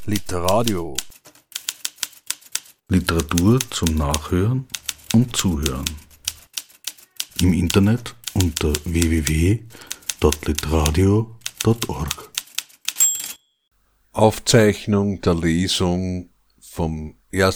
Literadio. Literatur zum Nachhören und Zuhören. Im Internet unter www.literadio.org. Aufzeichnung der Lesung vom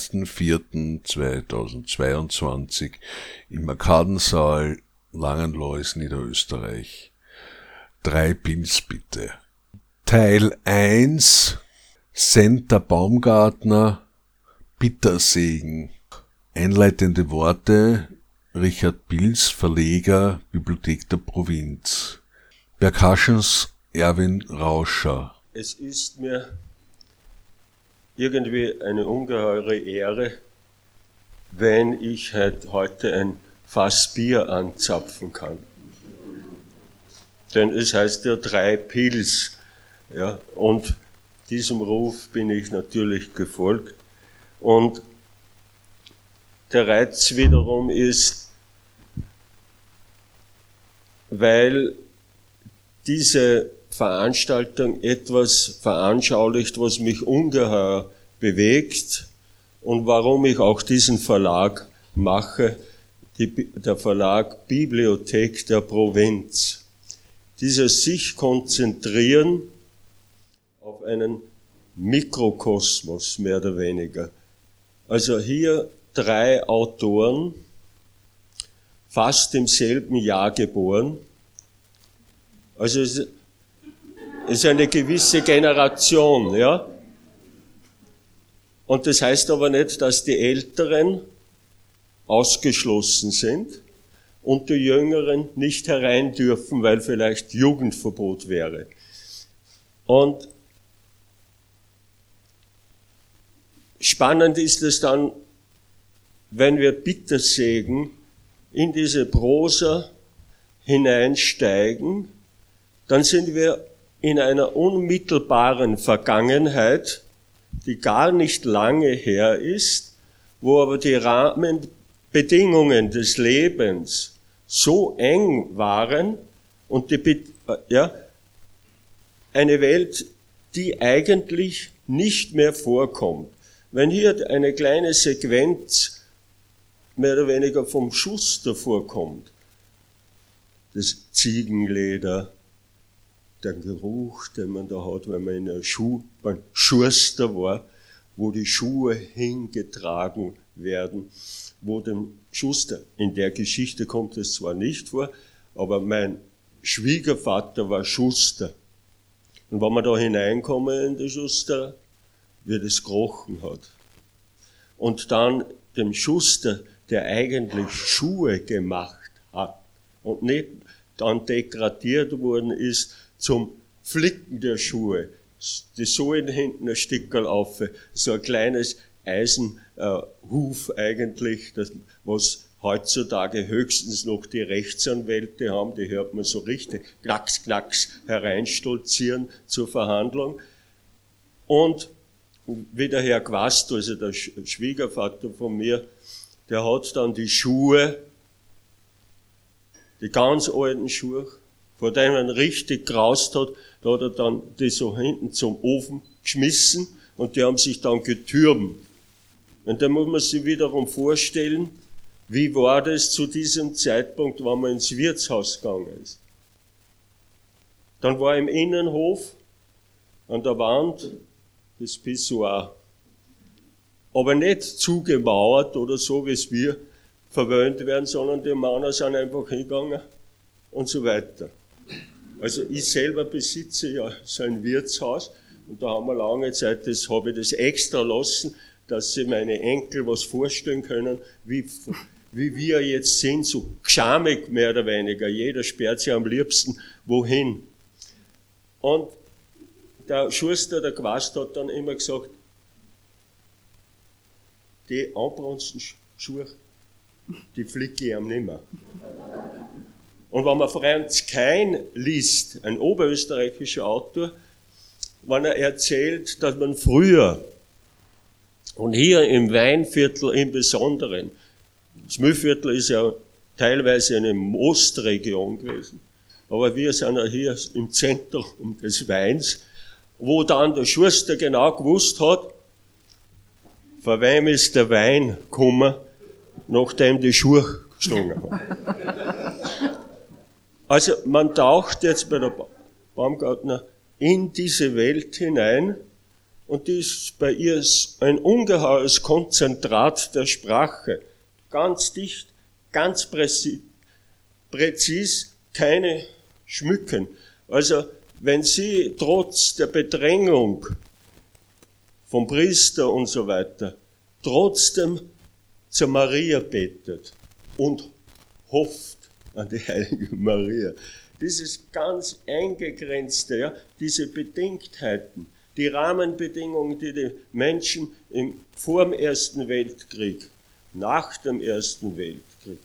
1.4.2022 im Arkadensaal Langenlois, Niederösterreich. 3 Pils bitte. Teil 1, Senta Baumgartner, Bittersegen. Einleitende Worte, Richard Pils, Verleger, Bibliothek der Provinz. Percussions, Erwin Rauscher. Es ist mir irgendwie eine ungeheure Ehre, wenn ich heute ein Fass Bier anzapfen kann. Denn es heißt ja 3 Pils. Ja, und diesem Ruf bin ich natürlich gefolgt. Und der Reiz wiederum ist, weil diese Veranstaltung etwas veranschaulicht, was mich ungeheuer bewegt und warum ich auch diesen Verlag mache, der Verlag Bibliothek der Provinz. Dieses sich konzentrieren auf einen Mikrokosmos, mehr oder weniger. Also hier 3 Autoren, fast im selben Jahr geboren. Also es ist eine gewisse Generation, ja. Und das heißt aber nicht, dass die Älteren ausgeschlossen sind und die Jüngeren nicht herein dürfen, weil vielleicht Jugendverbot wäre. Und spannend ist es dann, wenn wir Bittersegen in diese Prosa hineinsteigen, dann sind wir in einer unmittelbaren Vergangenheit, die gar nicht lange her ist, wo aber die Rahmenbedingungen des Lebens so eng waren und eine Welt, die eigentlich nicht mehr vorkommt. Wenn hier eine kleine Sequenz mehr oder weniger vom Schuster vorkommt, das Ziegenleder, der Geruch, den man da hat, wenn man beim Schuster war, wo die Schuhe hingetragen werden, wo dem Schuster, in der Geschichte kommt es zwar nicht vor, aber mein Schwiegervater war Schuster. Und wenn man da hineinkommen in die Schuster, wie das gerochen hat. Und dann dem Schuster, der eigentlich Schuhe gemacht hat und nicht dann degradiert worden ist zum Flicken der Schuhe. Die Sohlen hinten ein Stickerl auf, so ein kleines Eisenhuf eigentlich, was heutzutage höchstens noch die Rechtsanwälte haben, die hört man so richtig knacks, knacks hereinstolzieren zur Verhandlung. Und wie der Herr Quast, also der Schwiegervater von mir, der hat dann die Schuhe, die ganz alten Schuhe, vor denen man richtig graust hat, da hat er dann die so hinten zum Ofen geschmissen und die haben sich dann getürmt. Und da muss man sich wiederum vorstellen, wie war das zu diesem Zeitpunkt, wenn man ins Wirtshaus gegangen ist. Dann war im Innenhof an der Wand das Pissoir. Aber nicht zugemauert oder so, wie es wir verwöhnt werden, sondern die Männer sind einfach hingegangen und so weiter. Also ich selber besitze ja so ein Wirtshaus und da haben wir lange Zeit, habe ich das extra lassen, dass sich meine Enkel was vorstellen können, wie wir jetzt sind, so geschamig mehr oder weniger. Jeder sperrt sich am liebsten wohin. Und der Schuster, der Quast, hat dann immer gesagt, die anbronzten Schuhe, die flicke ich ihm nimmer. Und wenn man Franz Kein liest, ein oberösterreichischer Autor, wenn er erzählt, dass man früher, und hier im Weinviertel im Besonderen, das Mühlviertel ist ja teilweise eine Moostregion gewesen, aber wir sind ja hier im Zentrum des Weins, wo dann der Schuster genau gewusst hat, von wem ist der Wein gekommen, nachdem die Schuhe geschlagen haben. Also man taucht jetzt bei der Baumgartner in diese Welt hinein und die ist bei ihr ein ungeheures Konzentrat der Sprache. Ganz dicht, ganz präzis, keine Schmücken. Also wenn sie trotz der Bedrängung vom Priester und so weiter trotzdem zur Maria betet und hofft an die heilige Maria. Dieses ganz eingegrenzte, ja, diese Bedingtheiten, die Rahmenbedingungen, die die Menschen vor dem Ersten Weltkrieg, nach dem Ersten Weltkrieg,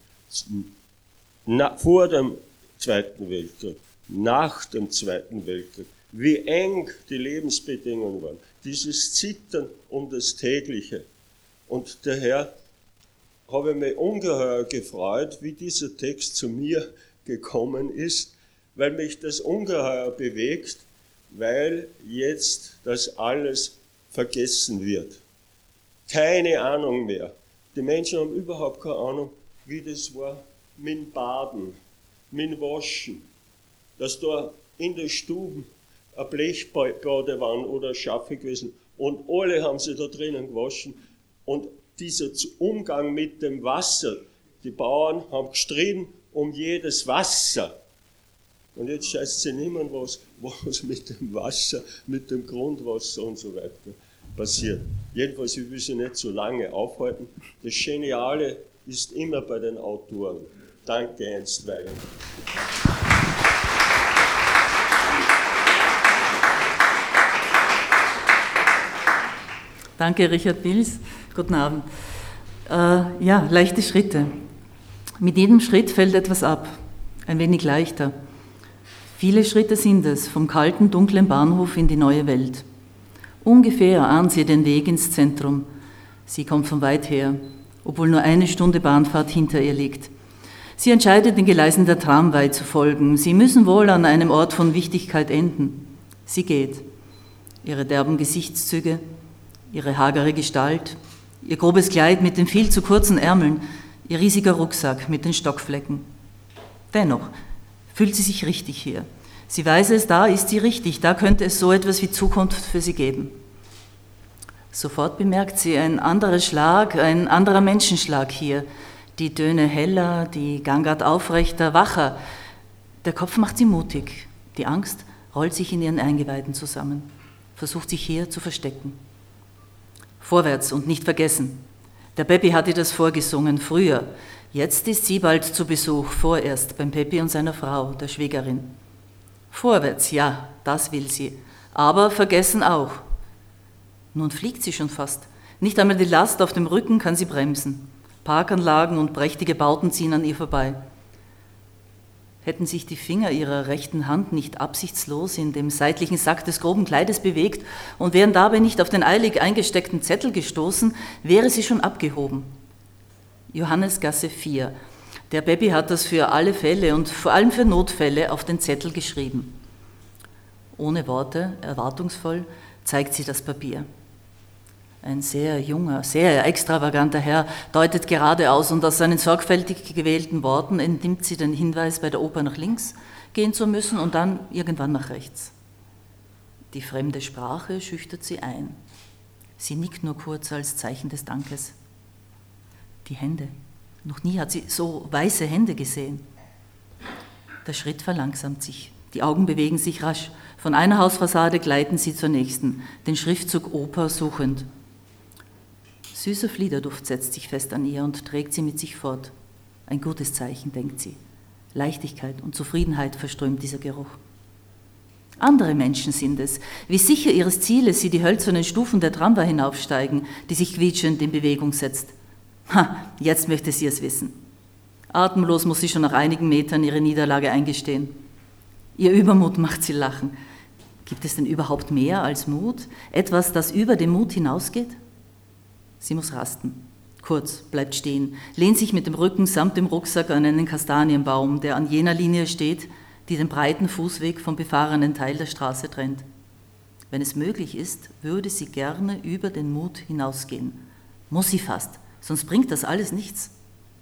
vor dem Zweiten Weltkrieg, nach dem Zweiten Weltkrieg, wie eng die Lebensbedingungen waren, dieses Zittern um das Tägliche. Und daher habe ich mich ungeheuer gefreut, wie dieser Text zu mir gekommen ist, weil mich das ungeheuer bewegt, weil jetzt das alles vergessen wird. Keine Ahnung mehr. Die Menschen haben überhaupt keine Ahnung, wie das war mit dem Baden, mit dem Waschen, dass da in der Stube eine Blechbadewanne oder eine Schaffe gewesen und alle haben sie da drinnen gewaschen und dieser Umgang mit dem Wasser, die Bauern haben gestritten um jedes Wasser. Und jetzt scheißt sie niemand, was mit dem Wasser, mit dem Grundwasser und so weiter passiert. Jedenfalls, ich will sie nicht so lange aufhalten. Das Geniale ist immer bei den Autoren. Danke einstweilen. Danke, Richard Pils. Guten Abend. Ja, leichte Schritte. Mit jedem Schritt fällt etwas ab, ein wenig leichter. Viele Schritte sind es, vom kalten, dunklen Bahnhof in die neue Welt. Ungefähr ahnt sie den Weg ins Zentrum. Sie kommt von weit her, obwohl nur eine Stunde Bahnfahrt hinter ihr liegt. Sie entscheidet, den Gleisen der Tramway zu folgen. Sie müssen wohl an einem Ort von Wichtigkeit enden. Sie geht. Ihre derben Gesichtszüge, ihre hagere Gestalt, ihr grobes Kleid mit den viel zu kurzen Ärmeln, ihr riesiger Rucksack mit den Stockflecken. Dennoch fühlt sie sich richtig hier. Sie weiß es, da ist sie richtig, da könnte es so etwas wie Zukunft für sie geben. Sofort bemerkt sie ein anderer Schlag, ein anderer Menschenschlag hier. Die Töne heller, die Gangart aufrechter, wacher. Der Kopf macht sie mutig. Die Angst rollt sich in ihren Eingeweiden zusammen, versucht sich hier zu verstecken. Vorwärts und nicht vergessen. Der Peppi hat ihr das vorgesungen, früher. Jetzt ist sie bald zu Besuch, vorerst beim Peppi und seiner Frau, der Schwägerin. Vorwärts, ja, das will sie, aber vergessen auch. Nun fliegt sie schon fast. Nicht einmal die Last auf dem Rücken kann sie bremsen. Parkanlagen und prächtige Bauten ziehen an ihr vorbei. Hätten sich die Finger ihrer rechten Hand nicht absichtslos in dem seitlichen Sack des groben Kleides bewegt und wären dabei nicht auf den eilig eingesteckten Zettel gestoßen, wäre sie schon abgehoben. Johannesgasse 4. Der Peppi hat das für alle Fälle und vor allem für Notfälle auf den Zettel geschrieben. Ohne Worte, erwartungsvoll, zeigt sie das Papier. Ein sehr junger, sehr extravaganter Herr deutet geradeaus und aus seinen sorgfältig gewählten Worten entnimmt sie den Hinweis, bei der Oper nach links gehen zu müssen und dann irgendwann nach rechts. Die fremde Sprache schüchtert sie ein. Sie nickt nur kurz als Zeichen des Dankes. Die Hände. Noch nie hat sie so weiße Hände gesehen. Der Schritt verlangsamt sich. Die Augen bewegen sich rasch. Von einer Hausfassade gleiten sie zur nächsten, den Schriftzug Oper suchend. Süßer Fliederduft setzt sich fest an ihr und trägt sie mit sich fort. Ein gutes Zeichen, denkt sie. Leichtigkeit und Zufriedenheit verströmt dieser Geruch. Andere Menschen sind es, wie sicher ihres Zieles sie die hölzernen Stufen der Tramway hinaufsteigen, die sich quietschend in Bewegung setzt. Jetzt möchte sie es wissen. Atemlos muss sie schon nach einigen Metern ihre Niederlage eingestehen. Ihr Übermut macht sie lachen. Gibt es denn überhaupt mehr als Mut? Etwas, das über den Mut hinausgeht? Sie muss rasten. Kurz, bleibt stehen, lehnt sich mit dem Rücken samt dem Rucksack an einen Kastanienbaum, der an jener Linie steht, die den breiten Fußweg vom befahrenen Teil der Straße trennt. Wenn es möglich ist, würde sie gerne über den Mut hinausgehen. Muss sie fast, sonst bringt das alles nichts.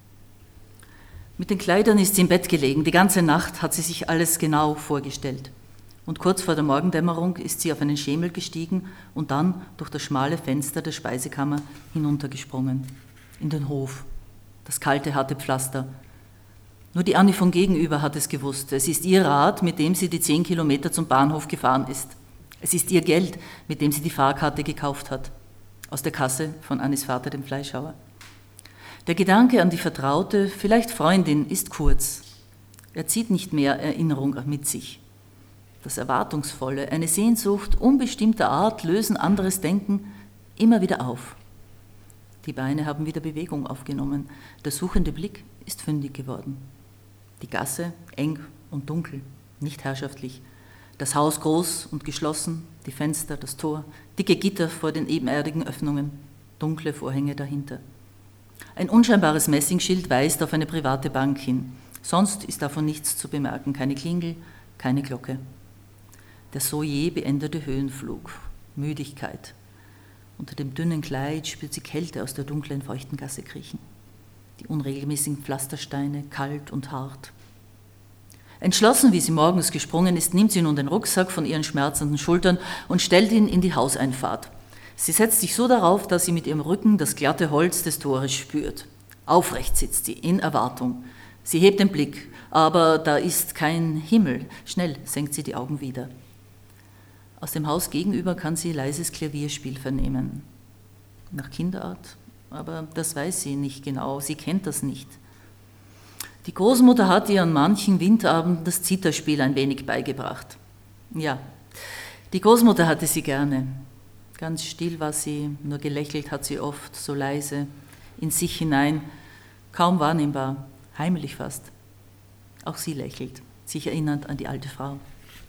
Mit den Kleidern ist sie im Bett gelegen. Die ganze Nacht hat sie sich alles genau vorgestellt. Und kurz vor der Morgendämmerung ist sie auf einen Schemel gestiegen und dann durch das schmale Fenster der Speisekammer hinuntergesprungen. In den Hof. Das kalte, harte Pflaster. Nur die Anni von gegenüber hat es gewusst. Es ist ihr Rad, mit dem sie die 10 Kilometer zum Bahnhof gefahren ist. Es ist ihr Geld, mit dem sie die Fahrkarte gekauft hat. Aus der Kasse von Annis Vater, dem Fleischhauer. Der Gedanke an die Vertraute, vielleicht Freundin, ist kurz. Er zieht nicht mehr Erinnerung mit sich. Das Erwartungsvolle, eine Sehnsucht unbestimmter Art lösen anderes Denken immer wieder auf. Die Beine haben wieder Bewegung aufgenommen. Der suchende Blick ist fündig geworden. Die Gasse eng und dunkel, nicht herrschaftlich. Das Haus groß und geschlossen, die Fenster, das Tor, dicke Gitter vor den ebenerdigen Öffnungen, dunkle Vorhänge dahinter. Ein unscheinbares Messingschild weist auf eine private Bank hin. Sonst ist davon nichts zu bemerken, keine Klingel, keine Glocke. Der so je beendete Höhenflug, Müdigkeit. Unter dem dünnen Kleid spürt sie Kälte aus der dunklen, feuchten Gasse kriechen. Die unregelmäßigen Pflastersteine, kalt und hart. Entschlossen, wie sie morgens gesprungen ist, nimmt sie nun den Rucksack von ihren schmerzenden Schultern und stellt ihn in die Hauseinfahrt. Sie setzt sich so darauf, dass sie mit ihrem Rücken das glatte Holz des Tores spürt. Aufrecht sitzt sie, in Erwartung. Sie hebt den Blick, aber da ist kein Himmel. Schnell senkt sie die Augen wieder. Aus dem Haus gegenüber kann sie leises Klavierspiel vernehmen. Nach Kinderart, aber das weiß sie nicht genau, sie kennt das nicht. Die Großmutter hat ihr an manchen Winterabenden das Zitherspiel ein wenig beigebracht. Ja, die Großmutter hatte sie gerne. Ganz still war sie, nur gelächelt hat sie oft, so leise, in sich hinein, kaum wahrnehmbar, heimlich fast. Auch sie lächelt, sich erinnernd an die alte Frau.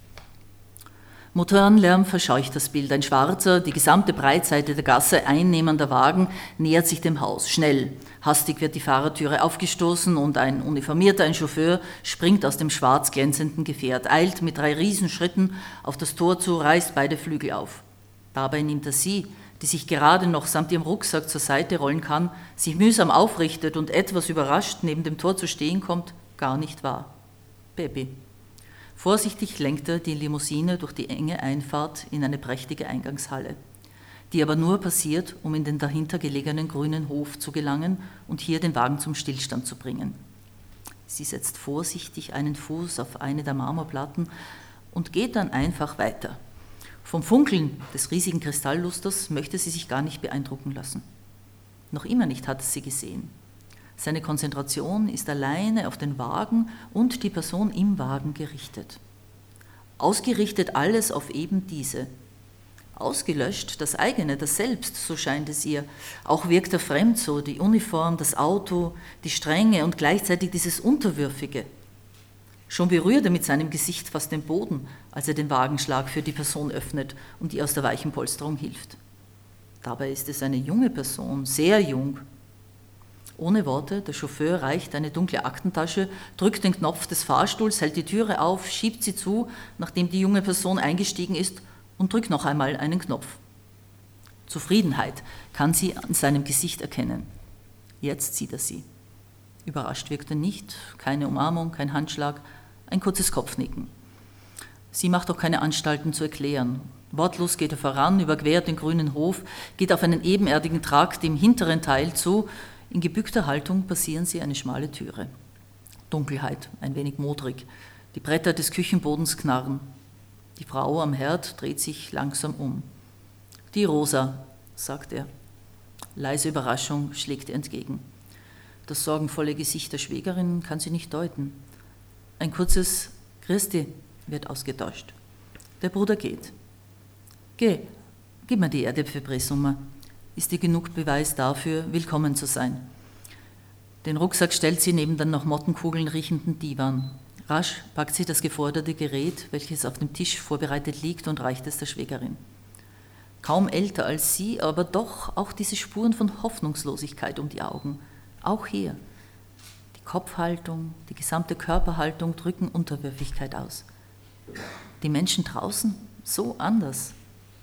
Motorenlärm verscheucht das Bild. Ein schwarzer, die gesamte Breitseite der Gasse einnehmender Wagen nähert sich dem Haus. Schnell, hastig wird die Fahrertüre aufgestoßen und ein Uniformierter, ein Chauffeur, springt aus dem schwarz glänzenden Gefährt, eilt mit 3 Riesenschritten auf das Tor zu, reißt beide Flügel auf. Dabei nimmt er sie, die sich gerade noch samt ihrem Rucksack zur Seite rollen kann, sich mühsam aufrichtet und etwas überrascht neben dem Tor zu stehen kommt, gar nicht wahr. Baby. Vorsichtig lenkt er die Limousine durch die enge Einfahrt in eine prächtige Eingangshalle, die aber nur passiert, um in den dahinter gelegenen grünen Hof zu gelangen und hier den Wagen zum Stillstand zu bringen. Sie setzt vorsichtig einen Fuß auf eine der Marmorplatten und geht dann einfach weiter. Vom Funkeln des riesigen Kristalllusters möchte sie sich gar nicht beeindrucken lassen. Noch immer nicht hat es sie gesehen. Seine Konzentration ist alleine auf den Wagen und die Person im Wagen gerichtet. Ausgerichtet alles auf eben diese. Ausgelöscht das eigene, das Selbst, so scheint es ihr. Auch wirkt er fremd so, die Uniform, das Auto, die Strenge und gleichzeitig dieses Unterwürfige. Schon berührt er mit seinem Gesicht fast den Boden, als er den Wagenschlag für die Person öffnet und ihr aus der weichen Polsterung hilft. Dabei ist es eine junge Person, sehr jung. Ohne Worte, der Chauffeur reicht eine dunkle Aktentasche, drückt den Knopf des Fahrstuhls, hält die Türe auf, schiebt sie zu, nachdem die junge Person eingestiegen ist, und drückt noch einmal einen Knopf. Zufriedenheit kann sie an seinem Gesicht erkennen. Jetzt sieht er sie. Überrascht wirkt er nicht, keine Umarmung, kein Handschlag, ein kurzes Kopfnicken. Sie macht auch keine Anstalten zu erklären. Wortlos geht er voran, überquert den grünen Hof, geht auf einen ebenerdigen Trakt im hinteren Teil zu. In gebückter Haltung passieren sie eine schmale Türe. Dunkelheit, ein wenig modrig. Die Bretter des Küchenbodens knarren. Die Frau am Herd dreht sich langsam um. Die Rosa, sagt er. Leise Überraschung schlägt er entgegen. Das sorgenvolle Gesicht der Schwägerin kann sie nicht deuten. Ein kurzes Christi wird ausgetauscht. Der Bruder geht. Geh, gib mir die Erdäpfelpressnummer. Ist dir genug Beweis dafür, willkommen zu sein. Den Rucksack stellt sie neben den nach Mottenkugeln riechenden Divan. Rasch packt sie das geforderte Gerät, welches auf dem Tisch vorbereitet liegt, und reicht es der Schwägerin. Kaum älter als sie, aber doch auch diese Spuren von Hoffnungslosigkeit um die Augen. Auch hier. Die Kopfhaltung, die gesamte Körperhaltung drücken Unterwürfigkeit aus. Die Menschen draußen so anders.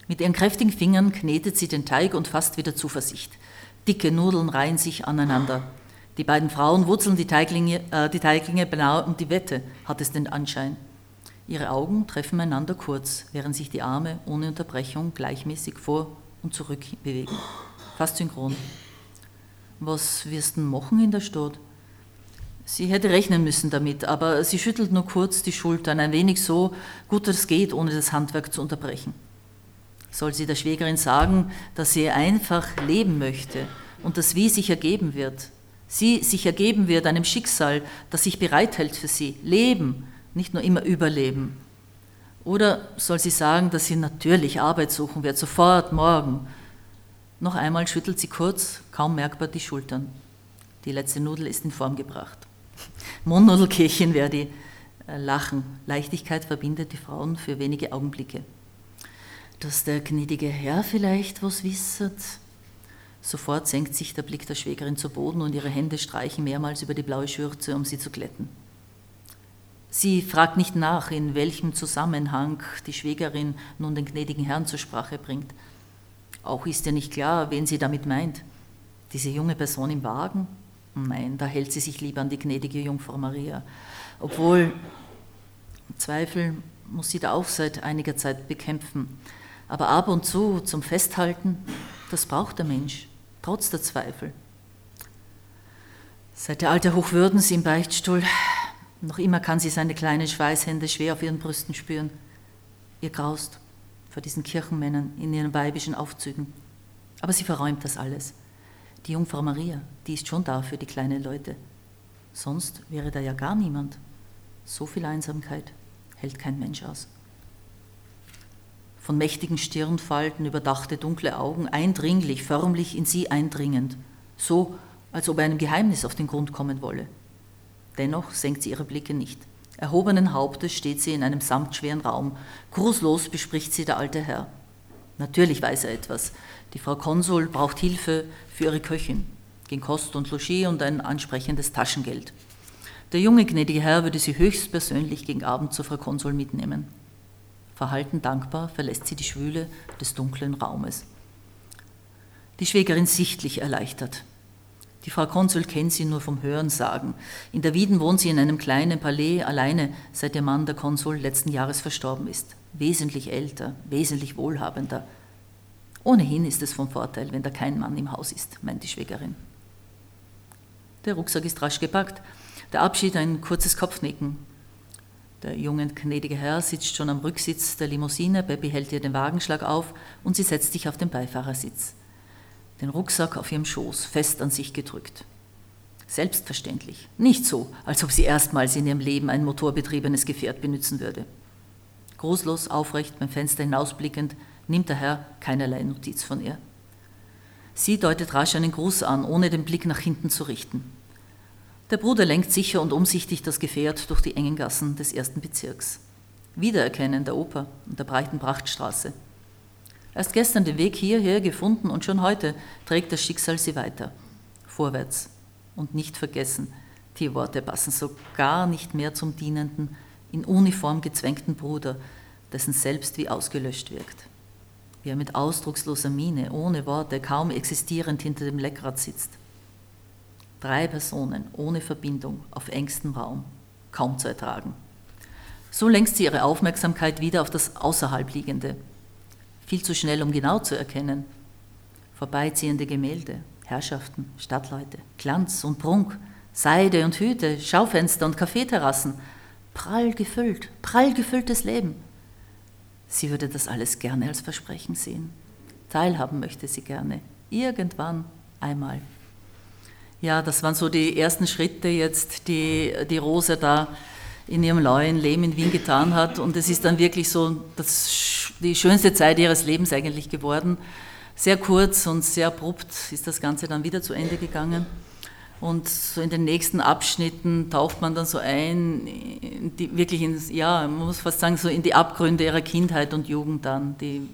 Mit ihren kräftigen Fingern knetet sie den Teig und fasst wieder Zuversicht. Dicke Nudeln reihen sich aneinander. Die beiden Frauen wurzeln die Teiglinge beinahe um die Wette, hat es den Anschein. Ihre Augen treffen einander kurz, während sich die Arme ohne Unterbrechung gleichmäßig vor und zurück bewegen. Fast synchron. Was wirst du machen in der Stadt? Sie hätte rechnen müssen damit, aber sie schüttelt nur kurz die Schultern, ein wenig so gut es geht, ohne das Handwerk zu unterbrechen. Soll sie der Schwägerin sagen, dass sie einfach leben möchte und das Wie sich ergeben wird? Sie sich ergeben wird einem Schicksal, das sich bereithält für sie. Leben, nicht nur immer überleben. Oder soll sie sagen, dass sie natürlich Arbeit suchen wird, sofort, morgen? Noch einmal schüttelt sie kurz, kaum merkbar die Schultern. Die letzte Nudel ist in Form gebracht. Mondnudelkirchen werde lachen. Leichtigkeit verbindet die Frauen für wenige Augenblicke. Dass der gnädige Herr vielleicht was wisset? Sofort senkt sich der Blick der Schwägerin zu Boden und ihre Hände streichen mehrmals über die blaue Schürze, um sie zu glätten. Sie fragt nicht nach, in welchem Zusammenhang die Schwägerin nun den gnädigen Herrn zur Sprache bringt. Auch ist ihr nicht klar, wen sie damit meint. Diese junge Person im Wagen? Nein, da hält sie sich lieber an die gnädige Jungfrau Maria. Obwohl, Zweifel muss sie da auch seit einiger Zeit bekämpfen. Aber ab und zu zum Festhalten, das braucht der Mensch, trotz der Zweifel. Seit der alte Hochwürdens im Beichtstuhl, noch immer kann sie seine kleinen Schweißhände schwer auf ihren Brüsten spüren. Ihr graust vor diesen Kirchenmännern in ihren weibischen Aufzügen. Aber sie verräumt das alles. Die Jungfrau Maria, die ist schon da für die kleinen Leute. Sonst wäre da ja gar niemand. So viel Einsamkeit hält kein Mensch aus. Von mächtigen Stirnfalten überdachte dunkle Augen, eindringlich, förmlich in sie eindringend. So, als ob er einem Geheimnis auf den Grund kommen wolle. Dennoch senkt sie ihre Blicke nicht. Erhobenen Hauptes steht sie in einem samtschweren Raum. Grußlos bespricht sie der alte Herr. Natürlich weiß er etwas. Die Frau Konsul braucht Hilfe für ihre Köchin, gegen Kost und Logis und ein ansprechendes Taschengeld. Der junge gnädige Herr würde sie höchstpersönlich gegen Abend zur Frau Konsul mitnehmen. Verhalten dankbar verlässt sie die Schwüle des dunklen Raumes. Die Schwägerin sichtlich erleichtert. Die Frau Konsul kennt sie nur vom Hörensagen. In der Wieden wohnt sie in einem kleinen Palais alleine, seit ihr Mann, der Konsul, letzten Jahres verstorben ist. Wesentlich älter, wesentlich wohlhabender. Ohnehin ist es von Vorteil, wenn da kein Mann im Haus ist, meint die Schwägerin. Der Rucksack ist rasch gepackt. Der Abschied ein kurzes Kopfnicken. Der junge gnädige Herr sitzt schon am Rücksitz der Limousine, Beppi hält ihr den Wagenschlag auf und sie setzt sich auf den Beifahrersitz. Den Rucksack auf ihrem Schoß, fest an sich gedrückt. Selbstverständlich, nicht so, als ob sie erstmals in ihrem Leben ein motorbetriebenes Gefährt benutzen würde. Großlos, aufrecht, beim Fenster hinausblickend, nimmt der Herr keinerlei Notiz von ihr. Sie deutet rasch einen Gruß an, ohne den Blick nach hinten zu richten. Der Bruder lenkt sicher und umsichtig das Gefährt durch die engen Gassen des 1. Bezirks. Wiedererkennen der Oper und der breiten Prachtstraße. Erst gestern den Weg hierher gefunden und schon heute trägt das Schicksal sie weiter. Vorwärts und nicht vergessen. Die Worte passen so gar nicht mehr zum dienenden, in Uniform gezwängten Bruder, dessen Selbst wie ausgelöscht wirkt. Wie er mit ausdrucksloser Miene, ohne Worte, kaum existierend hinter dem Leckrad sitzt. 3 Personen ohne Verbindung auf engstem Raum, kaum zu ertragen. So lenkt sie ihre Aufmerksamkeit wieder auf das Außerhalbliegende. Viel zu schnell, um genau zu erkennen. Vorbeiziehende Gemälde, Herrschaften, Stadtleute, Glanz und Prunk, Seide und Hüte, Schaufenster und Kaffeeterrassen, prall gefülltes Leben. Sie würde das alles gerne als Versprechen sehen. Teilhaben möchte sie gerne, irgendwann einmal. Ja, das waren so die ersten Schritte jetzt, die Rosa da in ihrem neuen Leben in Wien getan hat. Und es ist dann wirklich so die schönste Zeit ihres Lebens eigentlich geworden. Sehr kurz und sehr abrupt ist das Ganze dann wieder zu Ende gegangen. Und so in den nächsten Abschnitten taucht man dann so ein, man muss fast sagen, so in die Abgründe ihrer Kindheit und Jugend dann, die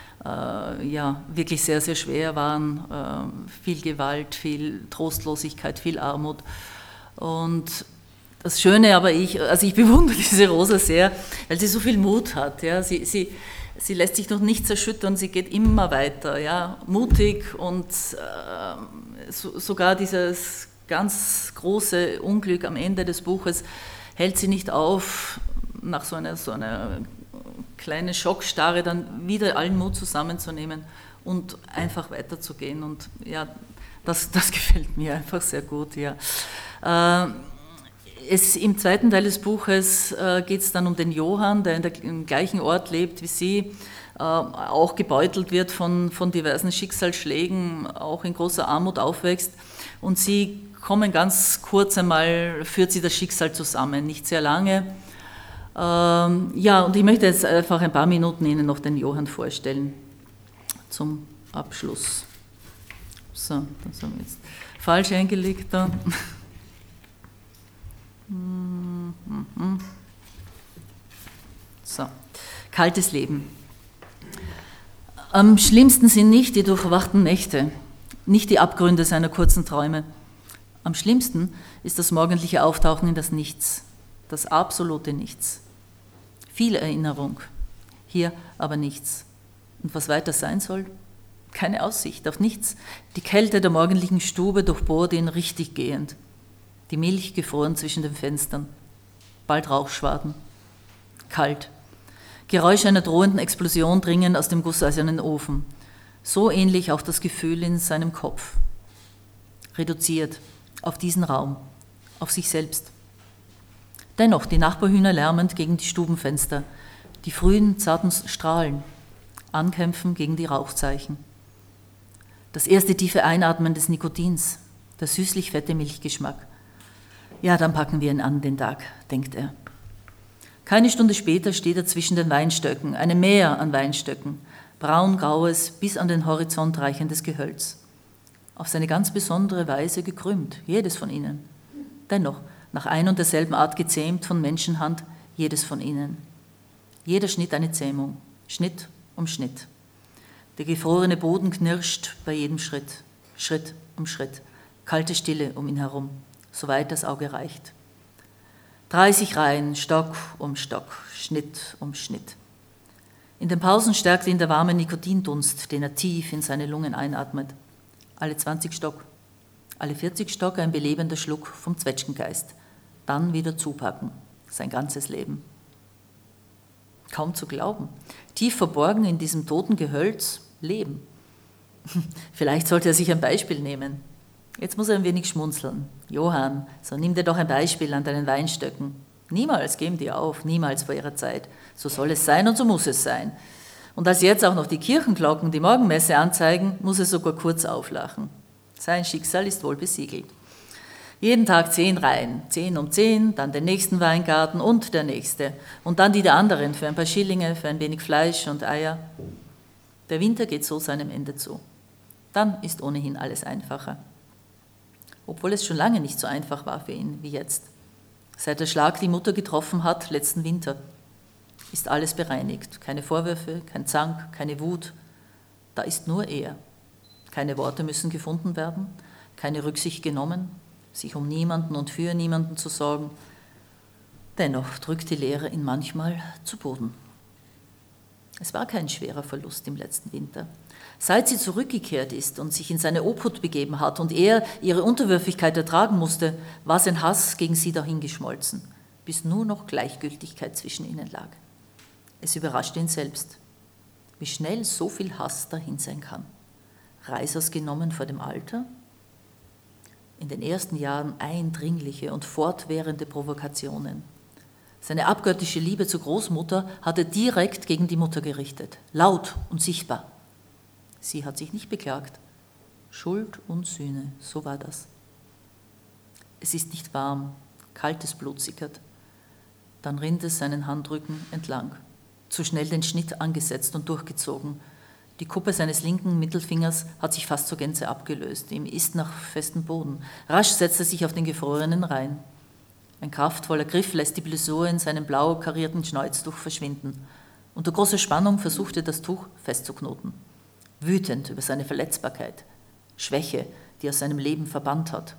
wirklich sehr, sehr schwer waren. Viel Gewalt, viel Trostlosigkeit, viel Armut. Und das Schöne aber ich bewundere diese Rosa sehr, weil sie so viel Mut hat. Ja. Sie sie lässt sich noch nicht zerschüttern, sie geht immer weiter, ja, mutig und sogar dieses ganz große Unglück am Ende des Buches hält sie nicht auf, nach so einer kleinen Schockstarre dann wieder allen Mut zusammenzunehmen und einfach weiterzugehen. Und ja, das gefällt mir einfach sehr gut, ja. Im zweiten Teil des Buches geht es dann um den Johann, der im gleichen Ort lebt wie sie, auch gebeutelt wird von diversen Schicksalsschlägen, auch in großer Armut aufwächst. Und sie kommen ganz kurz einmal, führt sie das Schicksal zusammen, nicht sehr lange. Ja, und ich möchte jetzt einfach ein paar Minuten Ihnen noch den Johann vorstellen zum Abschluss. So, das haben wir jetzt falsch eingelegt da. So, kaltes Leben. Am schlimmsten sind nicht die durchwachten Nächte, nicht die Abgründe seiner kurzen Träume. Am schlimmsten ist das morgendliche Auftauchen in das Nichts, das absolute Nichts. Viel Erinnerung, hier aber nichts. Und was weiter sein soll? Keine Aussicht auf nichts. Die Kälte der morgendlichen Stube durchbohrt ihn richtig gehend. Die Milch gefroren zwischen den Fenstern. Bald Rauchschwaden. Kalt. Geräusche einer drohenden Explosion dringen aus dem gusseisernen Ofen. So ähnlich auch das Gefühl in seinem Kopf. Reduziert auf diesen Raum, auf sich selbst. Dennoch die Nachbarhühner lärmend gegen die Stubenfenster, die frühen, zarten Strahlen, ankämpfen gegen die Rauchzeichen. Das erste tiefe Einatmen des Nikotins, der süßlich fette Milchgeschmack. Ja, dann packen wir ihn an, den Tag, denkt er. Keine Stunde später steht er zwischen den Weinstöcken, einem Meer an Weinstöcken, braun-graues, bis an den Horizont reichendes Gehölz. Auf seine ganz besondere Weise gekrümmt, jedes von ihnen. Dennoch, nach ein und derselben Art gezähmt von Menschenhand, jedes von ihnen. Jeder Schnitt eine Zähmung, Schnitt um Schnitt. Der gefrorene Boden knirscht bei jedem Schritt, Schritt um Schritt, kalte Stille um ihn herum, soweit das Auge reicht. 30 Reihen, Stock um Stock, Schnitt um Schnitt. In den Pausen stärkt ihn der warme Nikotindunst, den er tief in seine Lungen einatmet. Alle 20 Stock, alle 40 Stock ein belebender Schluck vom Zwetschgengeist. Dann wieder zupacken, sein ganzes Leben. Kaum zu glauben. Tief verborgen in diesem toten Gehölz Leben. Vielleicht sollte er sich ein Beispiel nehmen. Jetzt muss er ein wenig schmunzeln. Johann, so nimm dir doch ein Beispiel an deinen Weinstöcken. Niemals geben die auf, niemals vor ihrer Zeit. So soll es sein und so muss es sein. Und als jetzt auch noch die Kirchenglocken die Morgenmesse anzeigen, muss er sogar kurz auflachen. Sein Schicksal ist wohl besiegelt. Jeden Tag 10 Reihen, 10 um 10, dann den nächsten Weingarten und der nächste. Und dann die der anderen für ein paar Schillinge, für ein wenig Fleisch und Eier. Der Winter geht so seinem Ende zu. Dann ist ohnehin alles einfacher. Obwohl es schon lange nicht so einfach war für ihn wie jetzt. Seit der Schlag die Mutter getroffen hat, letzten Winter, ist alles bereinigt. Keine Vorwürfe, kein Zank, keine Wut. Da ist nur er. Keine Worte müssen gefunden werden, keine Rücksicht genommen, sich um niemanden und für niemanden zu sorgen. Dennoch drückt die Leere ihn manchmal zu Boden. Es war kein schwerer Verlust im letzten Winter. Seit sie zurückgekehrt ist und sich in seine Obhut begeben hat und er ihre Unterwürfigkeit ertragen musste, war sein Hass gegen sie dahingeschmolzen, bis nur noch Gleichgültigkeit zwischen ihnen lag. Es überraschte ihn selbst, wie schnell so viel Hass dahin sein kann. Reißausgenommen vor dem Alter? In den ersten Jahren eindringliche und fortwährende Provokationen. Seine abgöttische Liebe zur Großmutter hatte direkt gegen die Mutter gerichtet, laut und sichtbar. Sie hat sich nicht beklagt. Schuld und Sühne, so war das. Es ist nicht warm, kaltes Blut sickert. Dann rinnt es seinen Handrücken entlang, zu schnell den Schnitt angesetzt und durchgezogen. Die Kuppe seines linken Mittelfingers hat sich fast zur Gänze abgelöst, ihm ist nach festem Boden. Rasch setzt er sich auf den gefrorenen Rein. Ein kraftvoller Griff lässt die Blessur in seinem blau karierten Schnäuztuch verschwinden. Unter großer Spannung versucht er, das Tuch festzuknoten. Wütend über seine Verletzbarkeit, Schwäche, die aus seinem Leben verbannt hat.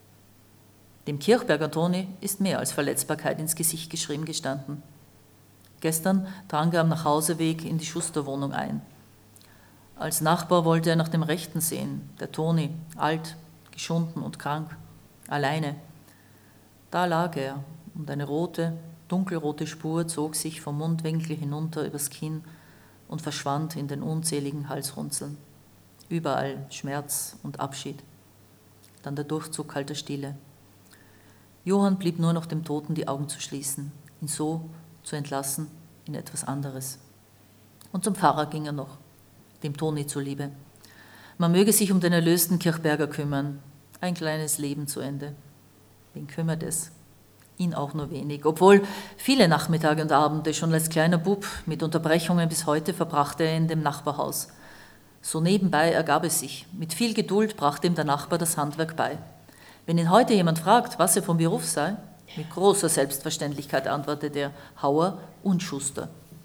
Dem Kirchberger Toni ist mehr als Verletzbarkeit ins Gesicht geschrieben gestanden. Gestern drang er am Nachhauseweg in die Schusterwohnung ein. Als Nachbar wollte er nach dem Rechten sehen, der Toni, alt, geschunden und krank, alleine. Da lag er, und eine rote, dunkelrote Spur zog sich vom Mundwinkel hinunter übers Kinn und verschwand in den unzähligen Halsrunzeln. Überall Schmerz und Abschied. Dann der Durchzug kalter Stille. Johann blieb nur noch dem Toten die Augen zu schließen, ihn so zu entlassen in etwas anderes. Und zum Pfarrer ging er noch, dem Toni zuliebe. Man möge sich um den erlösten Kirchberger kümmern. Ein kleines Leben zu Ende. Wen kümmert es? Ihn auch nur wenig, obwohl viele Nachmittage und Abende schon als kleiner Bub mit Unterbrechungen bis heute verbrachte er in dem Nachbarhaus. So nebenbei ergab es sich. Mit viel Geduld brachte ihm der Nachbar das Handwerk bei. Wenn ihn heute jemand fragt, was er vom Beruf sei, mit großer Selbstverständlichkeit antwortet er: Hauer und Schuster.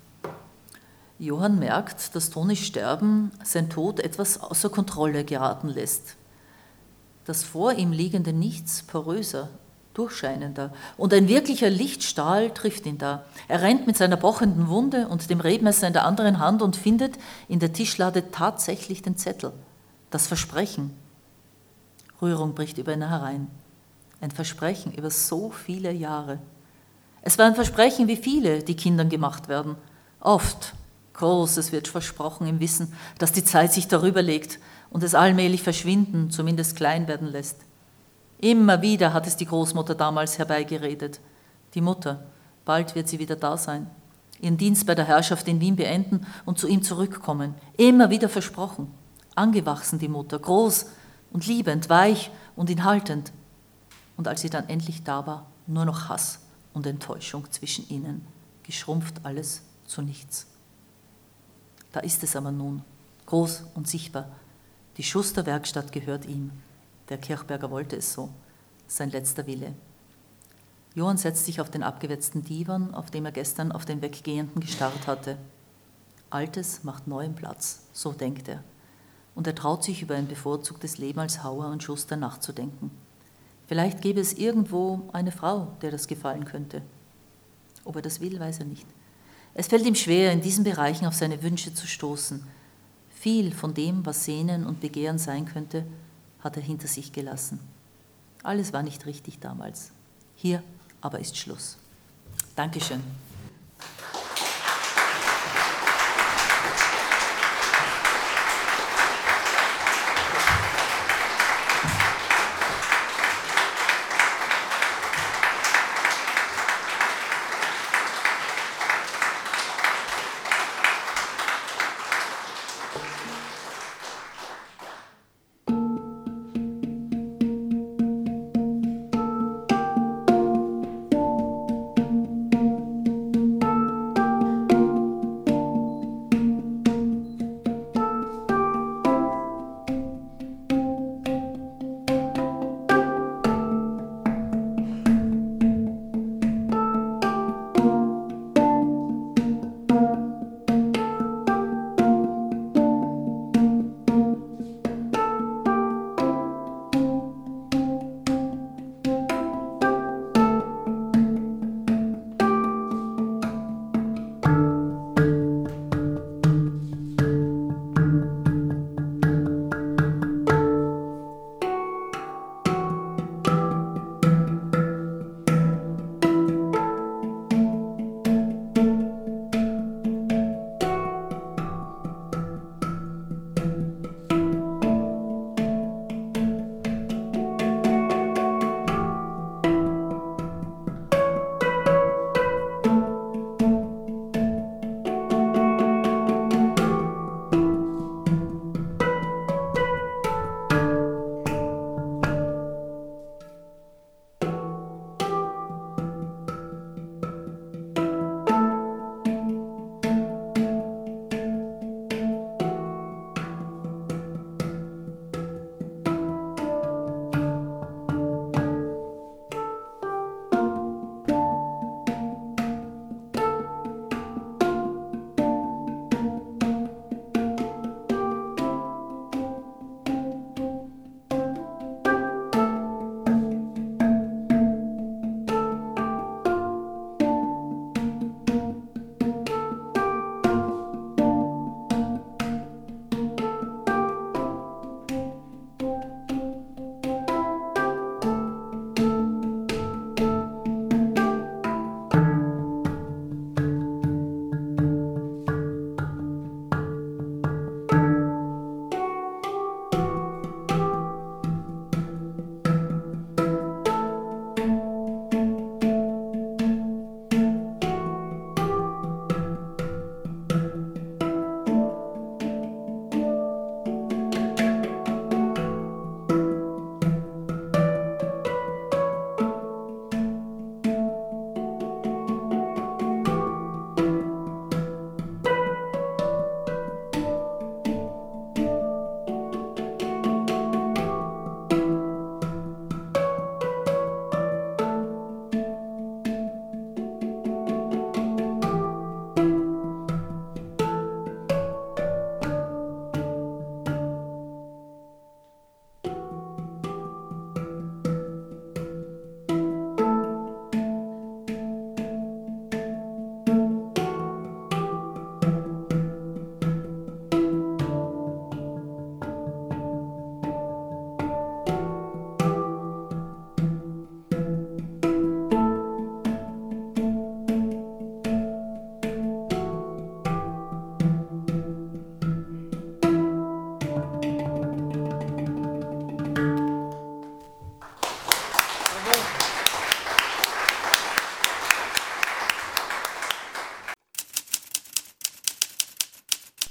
Johann merkt, dass Tonis Sterben sein Tod etwas außer Kontrolle geraten lässt. Das vor ihm liegende Nichts poröser, durchscheinender, und ein wirklicher Lichtstrahl trifft ihn da. Er rennt mit seiner pochenden Wunde und dem Rebmesser in der anderen Hand und findet in der Tischlade tatsächlich den Zettel, das Versprechen. Rührung bricht über ihn herein. Ein Versprechen über so viele Jahre. Es war ein Versprechen, wie viele, die Kindern gemacht werden. Oft Großes wird versprochen im Wissen, dass die Zeit sich darüber legt und es allmählich verschwinden, zumindest klein werden lässt. Immer wieder hat es die Großmutter damals herbeigeredet. Die Mutter, bald wird sie wieder da sein, ihren Dienst bei der Herrschaft in Wien beenden und zu ihm zurückkommen. Immer wieder versprochen. Angewachsen die Mutter, groß und liebend, weich und ihn haltend. Und als sie dann endlich da war, nur noch Hass und Enttäuschung zwischen ihnen, geschrumpft alles zu nichts. Da ist es aber nun, groß und sichtbar. Die Schusterwerkstatt gehört ihm. Der Kirchberger wollte es so, sein letzter Wille. Johann setzt sich auf den abgewetzten Divan, auf dem er gestern auf den Weggehenden gestarrt hatte. Altes macht neuen Platz, so denkt er. Und er traut sich, über ein bevorzugtes Leben als Hauer und Schuster nachzudenken. Vielleicht gäbe es irgendwo eine Frau, der das gefallen könnte. Ob er das will, weiß er nicht. Es fällt ihm schwer, in diesen Bereichen auf seine Wünsche zu stoßen. Viel von dem, was Sehnen und Begehren sein könnte, hat er hinter sich gelassen. Alles war nicht richtig damals. Hier aber ist Schluss. Dankeschön.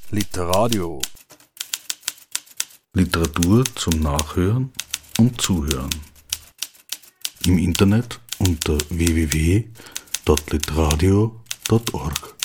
Literadio. Literatur zum Nachhören und Zuhören. Im Internet unter www.literadio.org.